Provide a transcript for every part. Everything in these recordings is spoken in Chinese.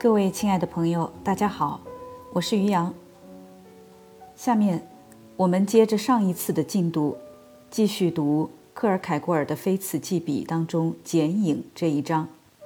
各位亲爱的朋友，大家好，我是于洋。下面我们接着上一次的进度，继续读克尔凯郭尔的《非此即彼》当中剪影这一章。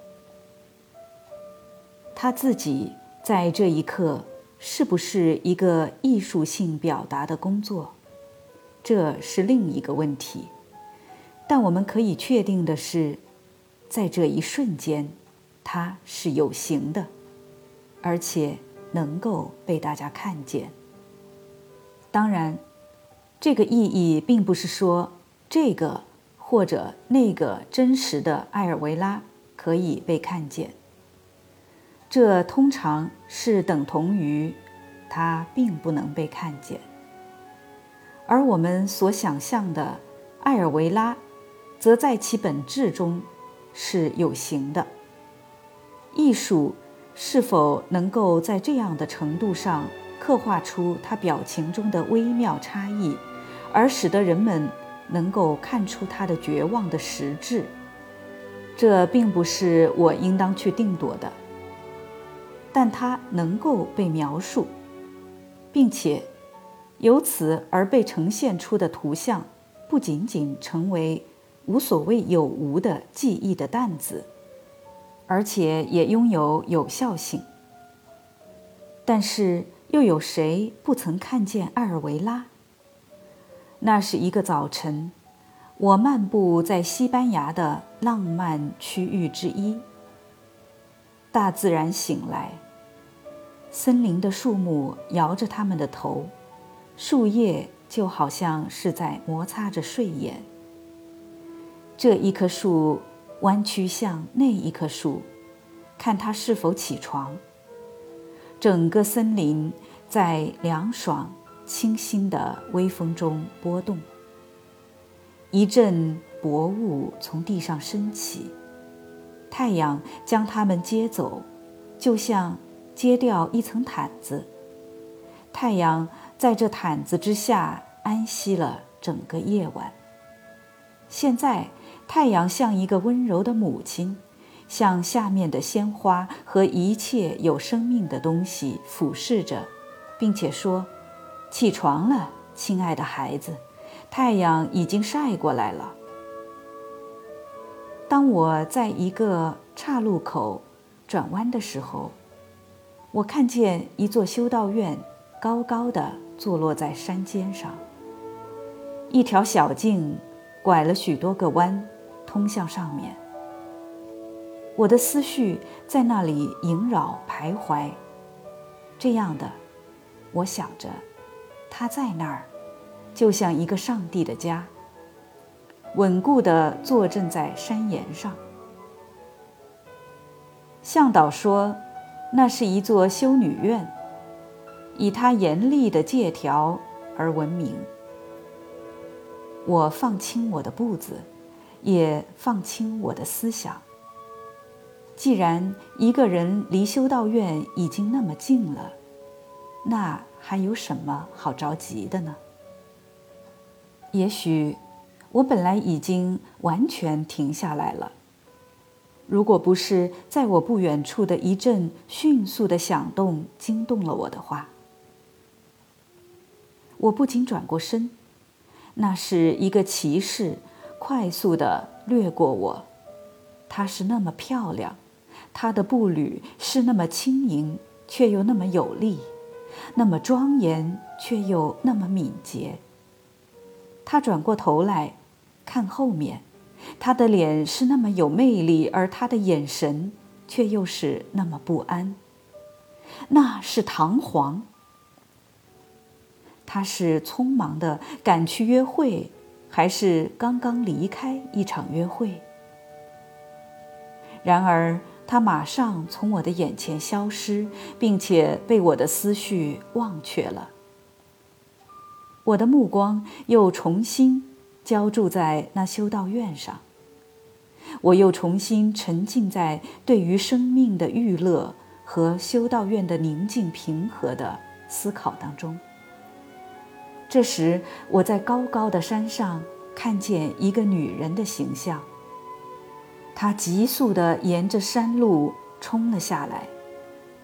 他自己在这一刻是不是一个艺术性表达的工作，这是另一个问题。但我们可以确定的是，在这一瞬间，它是有形的，而且能够被大家看见。当然，这个意义并不是说这个或者那个真实的埃尔维拉可以被看见，这通常是等同于它并不能被看见。而我们所想象的埃尔维拉，则在其本质中是有形的。艺术是否能够在这样的程度上刻画出他表情中的微妙差异，而使得人们能够看出他的绝望的实质，这并不是我应当去定夺的。但它能够被描述，并且由此而被呈现出的图像不仅仅成为无所谓有无的记忆的担子，而且也拥有有效性。但是又有谁不曾看见埃尔维拉？那是一个早晨，我漫步在西班牙的浪漫区域之一。大自然醒来，森林的树木摇着它们的头，树叶就好像是在摩擦着睡眼。这一棵树弯曲向那一棵树，看它是否起床。整个森林在凉爽清新的微风中波动。一阵薄雾从地上升起，太阳将它们接走，就像揭掉一层毯子。太阳在这毯子之下安息了整个夜晚。现在太阳像一个温柔的母亲，向下面的鲜花和一切有生命的东西俯视着，并且说：起床了，亲爱的孩子，太阳已经晒过来了。当我在一个岔路口转弯的时候，我看见一座修道院高高地坐落在山尖上，一条小径拐了许多个弯，通向上面。我的思绪在那里萦绕徘徊，这样的，我想着，他在那儿，就像一个上帝的家，稳固地坐镇在山岩上。向导说，那是一座修女院，以他严厉的戒条而闻名。我放轻我的步子，也放轻我的思想。既然一个人离修道院已经那么近了，那还有什么好着急的呢？也许我本来已经完全停下来了，如果不是在我不远处的一阵迅速的响动惊动了我的话。我不禁转过身，那是一个骑士快速地掠过我，她是那么漂亮，她的步履是那么轻盈却又那么有力，那么庄严却又那么敏捷。她转过头来看后面，她的脸是那么有魅力，而她的眼神却又是那么不安。那是唐璜。他是匆忙地赶去约会，还是刚刚离开一场约会？然而他马上从我的眼前消失，并且被我的思绪忘却了。我的目光又重新浇筑在那修道院上，我又重新沉浸在对于生命的娱乐和修道院的宁静平和的思考当中。这时我在高高的山上看见一个女人的形象，她急速地沿着山路冲了下来，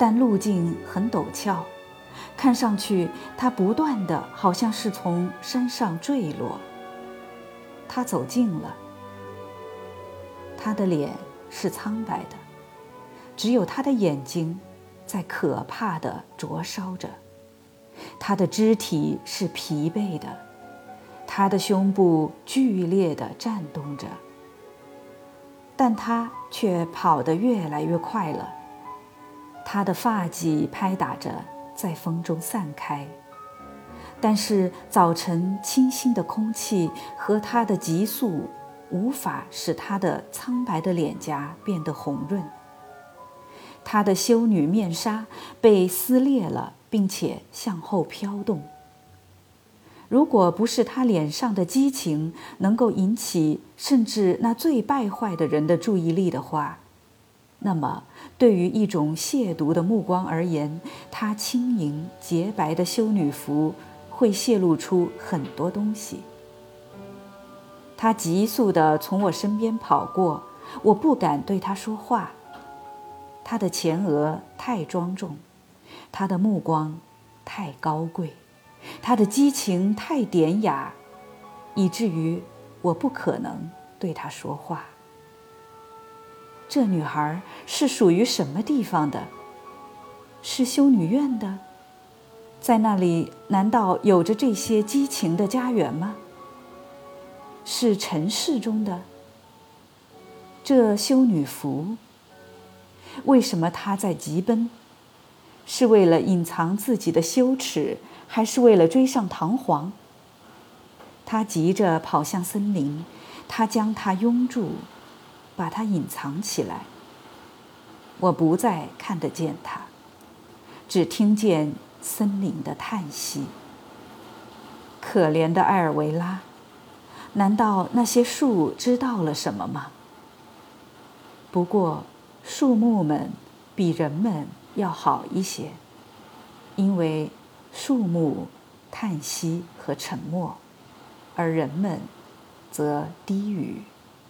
但路径很陡峭，看上去它不断地好像是从山上坠落。他走近了，他的脸是苍白的，只有他的眼睛在可怕地灼烧着。他的肢体是疲惫的，他的胸部剧烈地颤动着，但他却跑得越来越快了。他的发髻拍打着，在风中散开，但是早晨清新的空气和他的急速无法使他的苍白的脸颊变得红润。他的修女面纱被撕裂了，并且向后飘动。如果不是他脸上的激情能够引起甚至那最败坏的人的注意力的话，那么对于一种亵渎的目光而言，他轻盈洁白的修女服会泄露出很多东西。他急速地从我身边跑过，我不敢对他说话。他的前额太庄重，他的目光太高贵，他的激情太典雅，以至于我不可能对他说话。这女孩是属于什么地方的？是修女院的？在那里难道有着这些激情的家园吗？是尘世中的？这修女服，为什么她在急奔？是为了隐藏自己的羞耻，还是为了追上唐璜？她急着跑向森林，她将它拥住，把它隐藏起来。我不再看得见它，只听见森林的叹息。可怜的埃尔维拉，难道那些树知道了什么吗？不过树木们比人们要好一些，因为树木叹息和沉默，而人们则低语。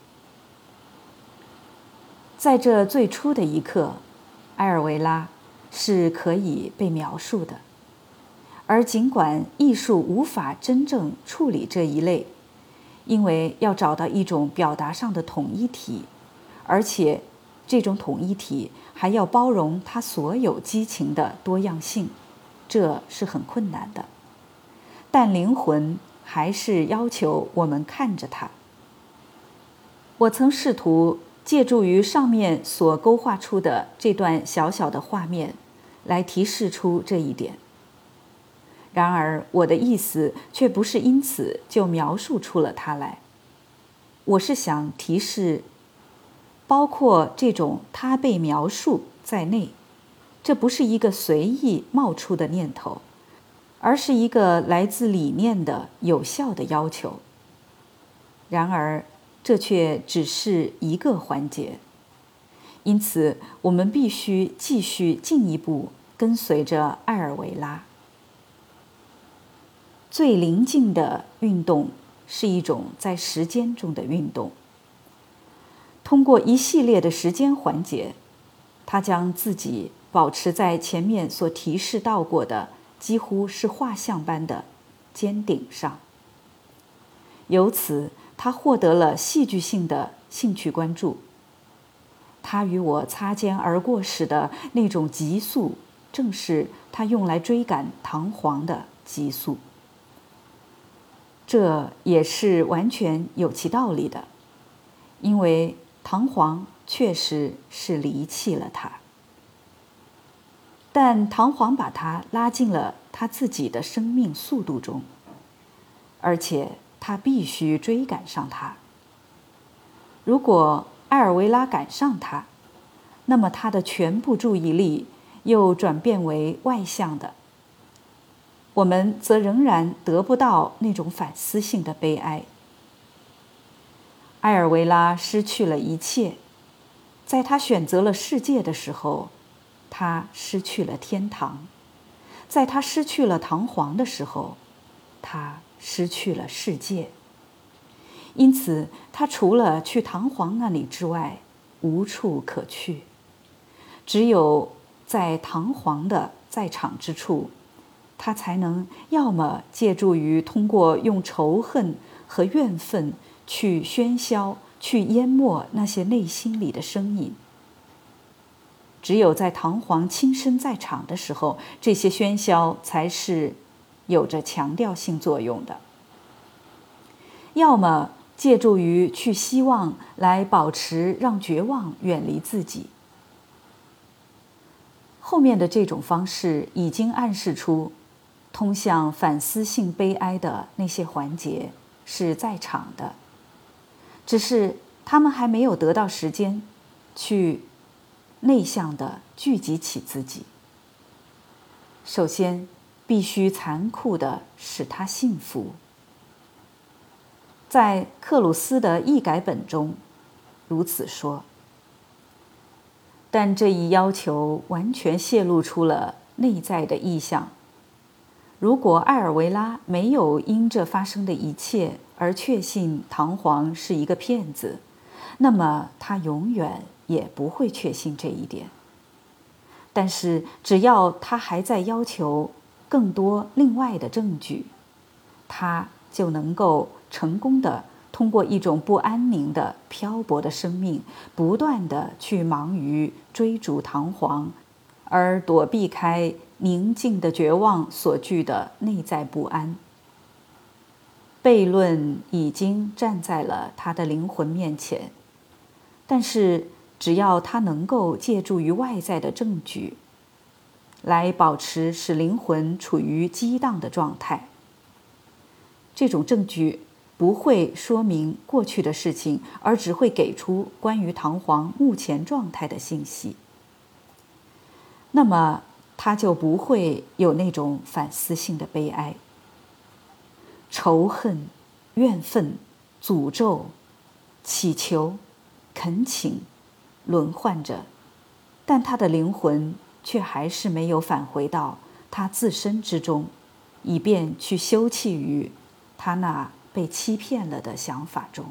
在这最初的一刻，埃尔维拉是可以被描述的，而尽管艺术无法真正处理这一类，因为要找到一种表达上的统一体，而且这种统一体还要包容它所有激情的多样性，这是很困难的。但灵魂还是要求我们看着它。我曾试图借助于上面所勾画出的这段小小的画面来提示出这一点，然而我的意思却不是因此就描述出了它来。我是想提示，包括这种它被描述在内，这不是一个随意冒出的念头，而是一个来自理念的有效的要求。然而这却只是一个环节，因此我们必须继续进一步跟随着埃尔维拉。最临近的运动是一种在时间中的运动。通过一系列的时间环节，他将自己保持在前面所提示到过的几乎是画像般的尖顶上。由此他获得了戏剧性的兴趣关注。他与我擦肩而过时的那种急速，正是他用来追赶唐璜的急速。这也是完全有其道理的，因为唐璜确实是离弃了他。但唐璜把他拉进了他自己的生命速度中，而且他必须追赶上他。如果埃尔维拉赶上他，那么他的全部注意力又转变为外向的，我们则仍然得不到那种反思性的悲哀。埃尔维拉失去了一切，在他选择了世界的时候，他失去了天堂；在他失去了唐璜的时候，他失去了世界。因此他除了去唐璜那里之外无处可去，只有在堂皇的在场之处，他才能要么借助于通过用仇恨和怨愤去喧嚣、去淹没那些内心里的声音。只有在堂皇亲身在场的时候，这些喧嚣才是有着强调性作用的。要么借助于去希望来保持让绝望远离自己。后面的这种方式已经暗示出，通向反思性悲哀的那些环节是在场的，只是他们还没有得到时间去内向地聚集起自己。首先，必须残酷地使他信服。在克鲁斯的译改本中如此说，但这一要求完全泄露出了内在的意向。如果埃尔维拉没有因这发生的一切而确信唐璜是一个骗子，那么他永远也不会确信这一点。但是只要他还在要求更多另外的证据，他就能够成功地通过一种不安宁的漂泊的生命，不断地去忙于追逐唐璜，而躲避开宁静的绝望所具的内在不安。悖论已经站在了他的灵魂面前，但是只要他能够借助于外在的证据来保持使灵魂处于激荡的状态，这种证据不会说明过去的事情，而只会给出关于唐璜目前状态的信息，那么他就不会有那种反思性的悲哀。仇恨、怨愤、诅咒、祈求、恳请轮换着，但他的灵魂却还是没有返回到他自身之中，以便去休憩于他那被欺骗了的想法中。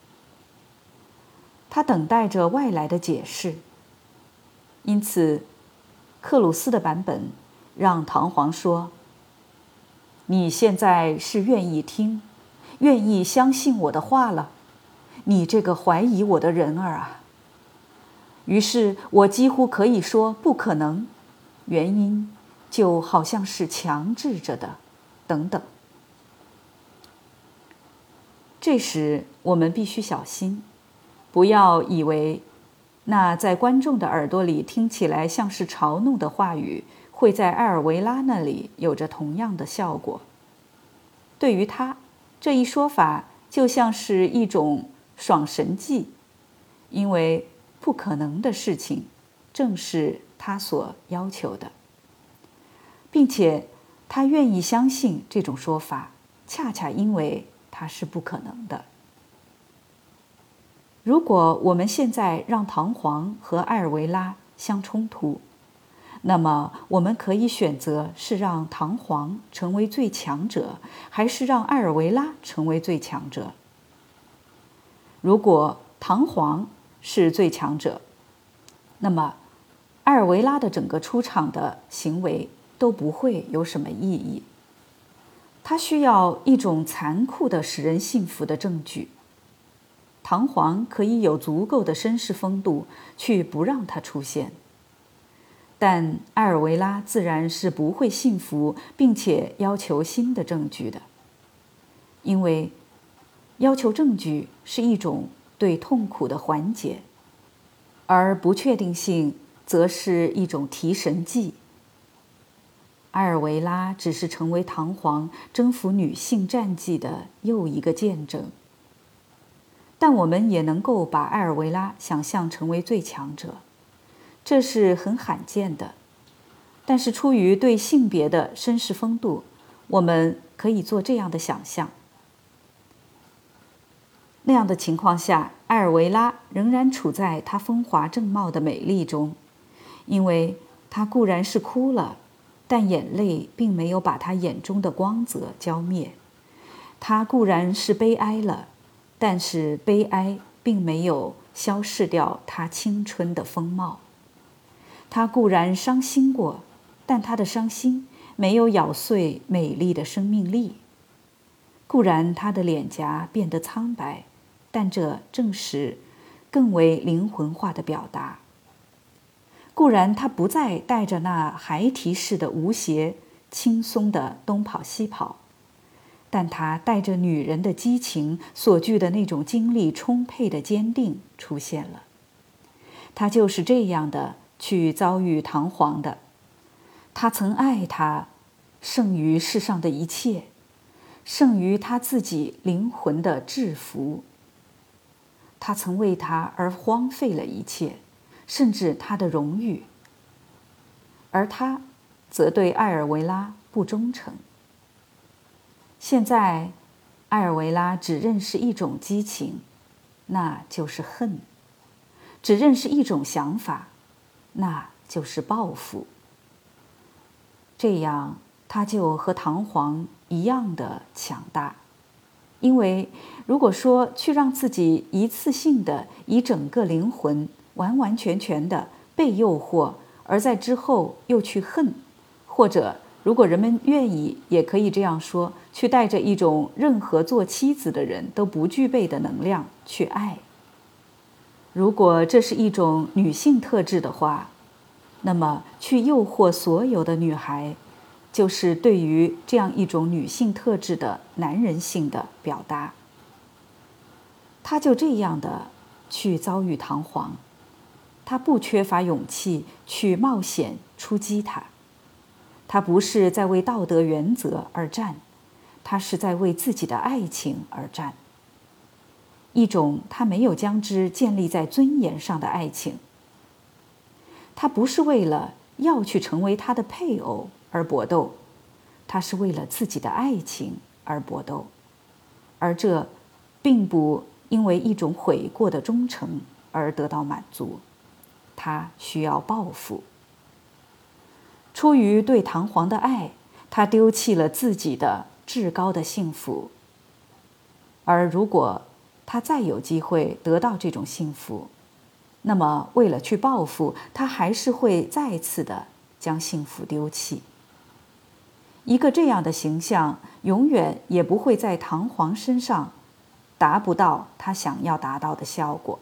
他等待着外来的解释，因此克鲁斯的版本让唐璜说：“你现在是愿意听，愿意相信我的话了，你这个怀疑我的人儿啊。”于是我几乎可以说不可能，原因就好像是强制着的，等等。这时我们必须小心，不要以为那在观众的耳朵里听起来像是嘲弄的话语，会在埃尔维拉那里有着同样的效果。对于他，这一说法就像是一种爽神剂，因为不可能的事情正是他所要求的，并且他愿意相信这种说法，恰恰因为它是不可能的。如果我们现在让唐璜和埃尔维拉相冲突，那么我们可以选择是让唐璜成为最强者，还是让埃尔维拉成为最强者。如果唐璜是最强者，那么埃尔维拉的整个出场的行为都不会有什么意义。他需要一种残酷的使人信服的证据。唐璜可以有足够的绅士风度去不让他出现，但埃尔维拉自然是不会信服并且要求新的证据的，因为要求证据是一种对痛苦的缓解，而不确定性则是一种提神剂。埃尔维拉只是成为唐璜征服女性战绩的又一个见证，但我们也能够把埃尔维拉想象成为最强者，这是很罕见的。但是出于对性别的绅士风度，我们可以做这样的想象。那样的情况下，埃尔维拉仍然处在她风华正茂的美丽中，因为她固然是哭了，但眼泪并没有把她眼中的光泽浇灭。她固然是悲哀了，但是悲哀并没有消逝掉她青春的风貌。 他固然伤心过，但他的伤心没有咬碎美丽的生命力。固然他的脸颊变得苍白，但这正是更为灵魂化的表达。固然他不再带着那孩提式的无邪、轻松的东跑西跑，但他带着女人的激情所具的那种精力充沛的坚定出现了。他就是这样的去遭遇唐璜的。他曾爱他，胜于世上的一切，胜于他自己灵魂的制服。他曾为他而荒废了一切，甚至他的荣誉。而他则对艾尔维拉不忠诚。现在，艾尔维拉只认识一种激情，那就是恨；只认识一种想法，那就是报复。这样，他就和唐璜一样的强大。因为如果说去让自己一次性的以整个灵魂完完全全的被诱惑，而在之后又去恨，或者如果人们愿意，也可以这样说，去带着一种任何做妻子的人都不具备的能量去爱。如果这是一种女性特质的话，那么去诱惑所有的女孩，就是对于这样一种女性特质的男人性的表达。他就这样的去遭遇唐璜，他不缺乏勇气去冒险出击他。他不是在为道德原则而战，他是在为自己的爱情而战。一种他没有将之建立在尊严上的爱情。他不是为了要去成为他的配偶而搏斗，他是为了自己的爱情而搏斗，而这并不因为一种悔过的忠诚而得到满足，他需要报复。出于对唐璜的爱，他丢弃了自己的至高的幸福。而如果他再有机会得到这种幸福，那么为了去报复，他还是会再次的将幸福丢弃。一个这样的形象永远也不会在唐璜身上达不到他想要达到的效果。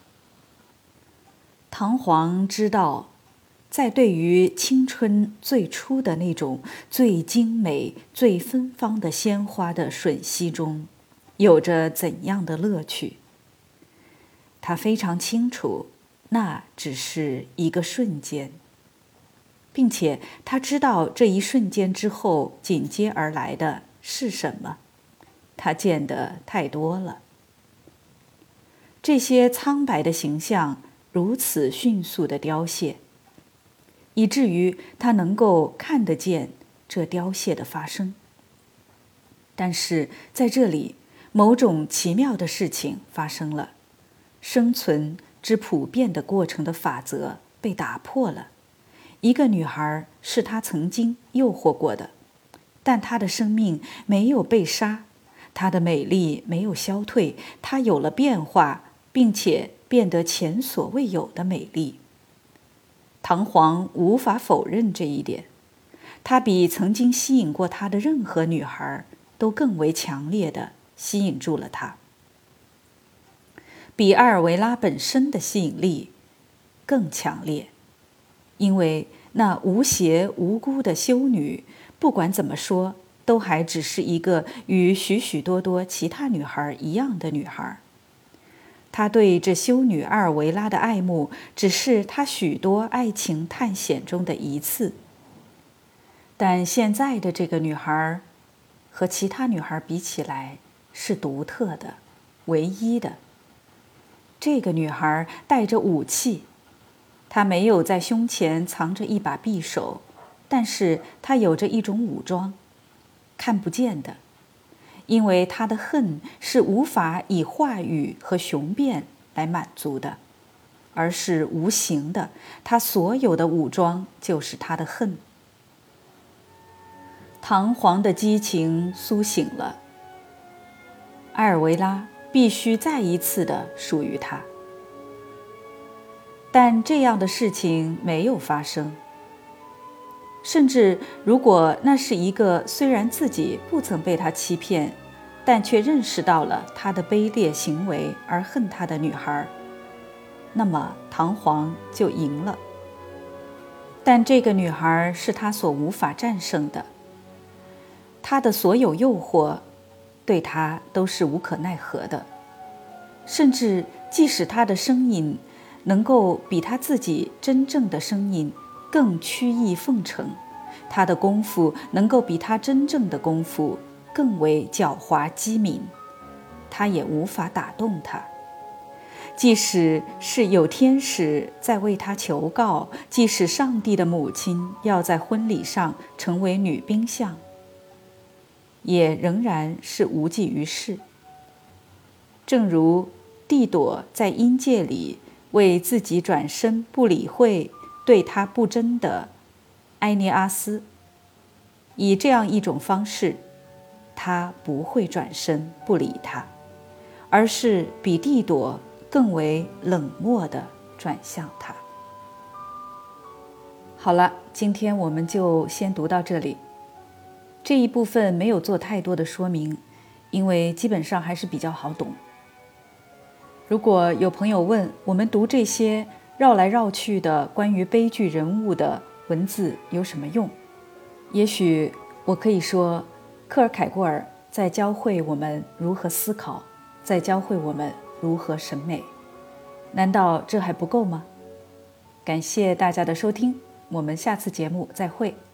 唐璜知道，在对于青春最初的那种最精美、最芬芳的鲜花的吮吸中，有着怎样的乐趣。他非常清楚，那只是一个瞬间，并且他知道这一瞬间之后紧接而来的是什么。他见得太多了。这些苍白的形象如此迅速地凋谢，以至于他能够看得见这凋谢的发生。但是在这里，某种奇妙的事情发生了，生存之普遍的过程的法则被打破了。一个女孩是他曾经诱惑过的，但她的生命没有被杀，她的美丽没有消退，她有了变化，并且变得前所未有的美丽。唐璜无法否认这一点，她比曾经吸引过他的任何女孩都更为强烈地吸引住了他，比艾尔维拉本身的吸引力更强烈。因为那无邪无辜的修女，不管怎么说，都还只是一个与许许多多其他女孩一样的女孩。他对这修女阿尔维拉的爱慕，只是他许多爱情探险中的一次。但现在的这个女孩，和其他女孩比起来，是独特的、唯一的。这个女孩带着武器，她没有在胸前藏着一把匕首，但是她有着一种武装，看不见的。因为他的恨是无法以话语和雄辩来满足的，而是无形的，他所有的武装就是他的恨。唐璜的激情苏醒了，艾尔维拉必须再一次的属于他。 但这样的事情没有发生。甚至如果那是一个虽然自己不曾被他欺骗，但却认识到了他的卑劣行为而恨他的女孩，那么唐璜就赢了。但这个女孩是他所无法战胜的，他的所有诱惑对他都是无可奈何的，甚至即使他的声音能够比他自己真正的声音更曲意奉承，他的功夫能够比他真正的功夫更为狡猾机敏，他也无法打动他。即使是有天使在为他求告，即使上帝的母亲要在婚礼上成为女宾相，也仍然是无济于事。正如帝朵在阴界里为自己转身不理会对他不贞的埃涅阿斯，以这样一种方式，他不会转身不理他，而是比帝朵更为冷漠地转向他。好了，今天我们就先读到这里。这一部分没有做太多的说明，因为基本上还是比较好懂。如果有朋友问我们读这些绕来绕去的关于悲剧人物的文字有什么用，也许我可以说，克尔凯郭尔在教会我们如何思考，在教会我们如何审美。难道这还不够吗？感谢大家的收听，我们下次节目再会。